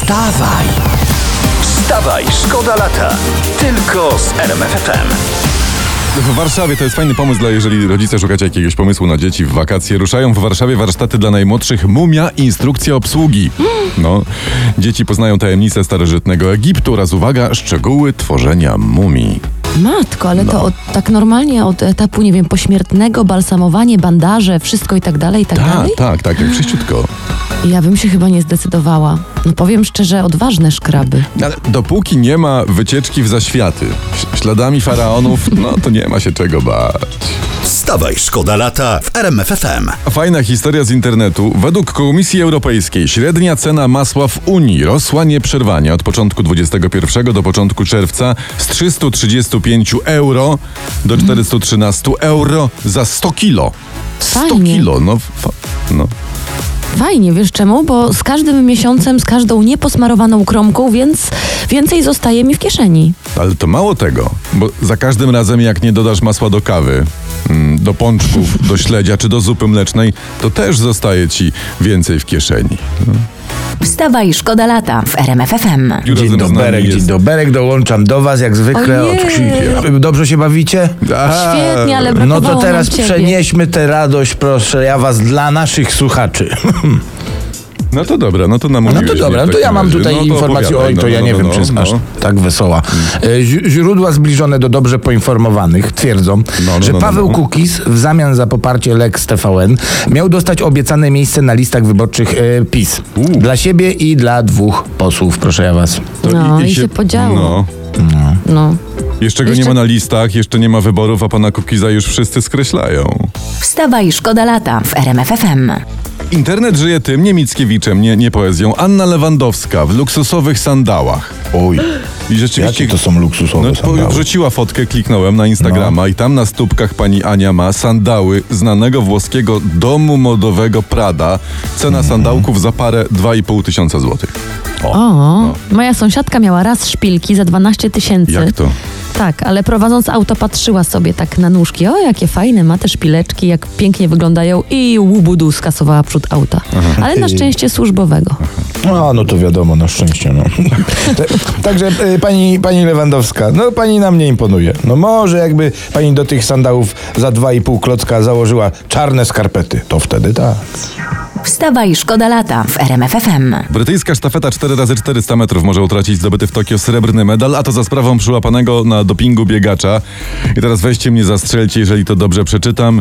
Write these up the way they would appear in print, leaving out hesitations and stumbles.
Wstawaj! Wstawaj, szkoda lata. Tylko z RMF FM. W Warszawie to jest fajny pomysł, jeżeli rodzice szukacie jakiegoś pomysłu na dzieci w wakacje. Ruszają w Warszawie warsztaty dla najmłodszych Mumia, instrukcja obsługi. No, dzieci poznają tajemnice starożytnego Egiptu oraz, uwaga, szczegóły tworzenia mumii. Matko, ale to tak normalnie od etapu, nie wiem, pośmiertnego, balsamowanie, bandaże, wszystko i tak dalej, i tak dalej? Tak, jak wszyściutko. Ja bym się chyba nie zdecydowała. No powiem szczerze, odważne szkraby. Ale dopóki nie ma wycieczki w zaświaty, śladami faraonów, no to nie ma się czego bać. Wstawaj, szkoda lata w RMF FM. Fajna historia z internetu. Według Komisji Europejskiej średnia cena masła w Unii rosła nieprzerwanie od początku 21 do początku czerwca z 335 euro do 413 euro za 100 kilo. 100 Fajnie. kilo, no. Fajnie, wiesz czemu? Bo z każdym miesiącem, z każdą nieposmarowaną kromką, więc więcej zostaje mi w kieszeni. Ale to mało tego, bo za każdym razem jak nie dodasz masła do kawy, do pączków, do śledzia czy do zupy mlecznej, to też zostaje ci więcej w kieszeni. Wstawaj, szkoda lata w RMF FM. Razem z nami jest- Dzień doberek, dołączam do was jak zwykle Ojej. od krzyku. Dobrze się bawicie? Świetnie, ale No brakowało to teraz nam ciebie. przenieśmy tę radość, proszę ja was, dla naszych słuchaczy. No to dobra, no to namówiłeś No to mnie dobra, w no to ja takim mam razie. tutaj No to informację, opowiadaj, oj, to ja nie wiem, czy jest aż tak wesoła. Źródła zbliżone do dobrze poinformowanych twierdzą, że Paweł Kukiz w zamian za poparcie Lex TVN miał dostać obiecane miejsce na listach wyborczych PiS. Dla siebie i dla 2 posłów, proszę ja was. No i się podziało. No. Jeszcze go nie ma na listach, jeszcze nie ma wyborów, a pana Kukiza już wszyscy skreślają. Wstawaj, szkoda lata w RMF FM. Internet żyje tym, nie Mickiewiczem, nie poezją. Anna Lewandowska w luksusowych sandałach. Oj, I rzeczywiście... jakie to są luksusowe No, sandały? wrzuciła fotkę, kliknąłem na Instagrama i tam na stópkach pani Ania ma sandały znanego włoskiego domu modowego Prada. Cena sandałków za parę 2,5 tysiąca złotych. Moja sąsiadka miała raz szpilki za 12 000. Jak to? Tak, ale prowadząc auto patrzyła sobie tak na nóżki. O, jakie fajne, ma te szpileczki, jak pięknie wyglądają i łubudu skasowała przód auta. Ale na szczęście służbowego. No to wiadomo, na szczęście. No. Także pani Lewandowska, no pani nam nie imponuje. No może jakby pani do tych sandałów za 2,5 klocka założyła czarne skarpety, to wtedy tak. Wstawaj, szkoda lata w RMF FM. Brytyjska sztafeta 4x400 metrów może utracić zdobyty w Tokio srebrny medal, a to za sprawą przyłapanego na dopingu biegacza. I teraz weźcie mnie, zastrzelcie, jeżeli to dobrze przeczytam.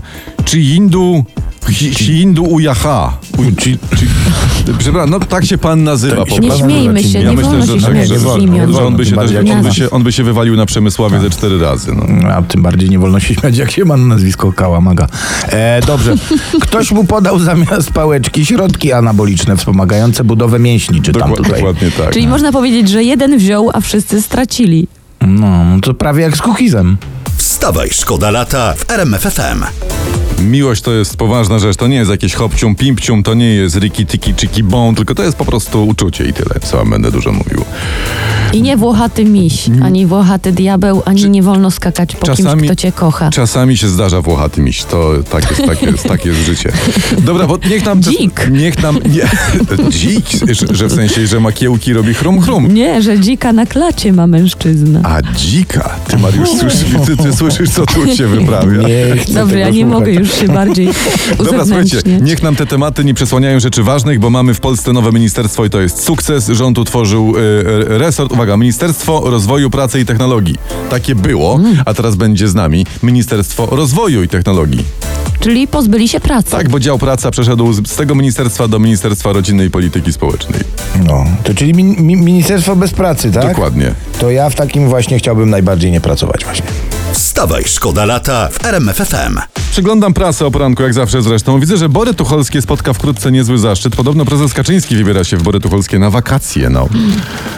Chiindu Ujaha. Przepraszam, no tak się pan nazywa. Tak się Nie Pana śmiejmy się, Ja nie myślę, wolno że się tak, śmiać że z wolno, imion. że on by się Bardziej też, jak on by się wywalił na Przemysławie ze 4 razy. No. A tym bardziej nie wolno się śmiać, jak się ma na nazwisko Kałamaga. Dobrze. Ktoś mu podał zamiast pałeczki środki anaboliczne wspomagające budowę mięśni, czy tam tutaj. Dokładnie tak. Czyli można powiedzieć, że jeden wziął, a wszyscy stracili. No, to prawie jak z Kukizem. Wstawaj, szkoda lata w RMF FM. Miłość to jest poważna rzecz, to nie jest jakieś hopcium, pimpcium, to nie jest riki, tiki, chiki, bon, tylko to jest po prostu uczucie i tyle, co będę dużo mówił. I nie włochaty miś, ani włochaty diabeł, ani nie wolno skakać po kimś, kto cię kocha. Czasami się zdarza włochaty miś, to tak jest życie. Dobra, bo niech nam... Dzik. Dzik, że w sensie, że makiełki robi chrum chrum. Nie, że dzika na klacie ma mężczyzna. A dzika? Ty, Mariusz, ty słyszysz, co tu się wyprawia? Nie chcę Dobrze, ja tego nie słuchać. mogę już się bardziej Dobra, słuchajcie, uzewnętrzniać. niech nam te tematy nie przesłaniają rzeczy ważnych, bo mamy w Polsce nowe ministerstwo i to jest sukces. Rząd utworzył resort, uwaga, Ministerstwo Rozwoju, Pracy i Technologii. Takie było, a teraz będzie z nami Ministerstwo Rozwoju i Technologii. Czyli pozbyli się pracy. Tak, bo dział praca przeszedł z tego ministerstwa do Ministerstwa Rodziny i Polityki Społecznej. No, to czyli Ministerstwo bez pracy, tak? Dokładnie. To ja w takim właśnie chciałbym najbardziej nie pracować właśnie. Wstawaj, szkoda lata w RMF FM. Przyglądam prasę o poranku, jak zawsze zresztą. Widzę, że Bory Tucholskie spotka wkrótce niezły zaszczyt. Podobno prezes Kaczyński wybiera się w Bory Tucholskie na wakacje, no.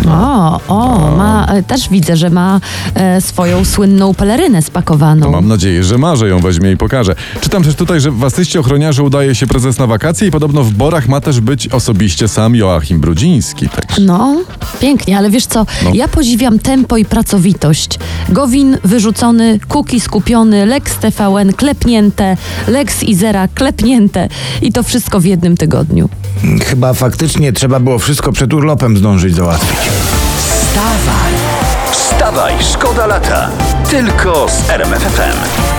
Też widzę, że ma swoją słynną pelerynę spakowaną. Mam nadzieję, że ma, że ją weźmie i pokaże. Czytam też tutaj, że w asyście ochroniarzy udaje się prezes na wakacje i podobno w Borach ma też być osobiście sam Joachim Brudziński. Także. No, pięknie, ale wiesz co, ja podziwiam tempo i pracowitość. Gowin wyrzucony, Kukiz skupiony, Lex TVN klepnięte, Lex Izera klepnięte i to wszystko w jednym tygodniu. Chyba faktycznie trzeba było wszystko przed urlopem zdążyć załatwić. Wstawaj, szkoda lata. Tylko z RMF FM.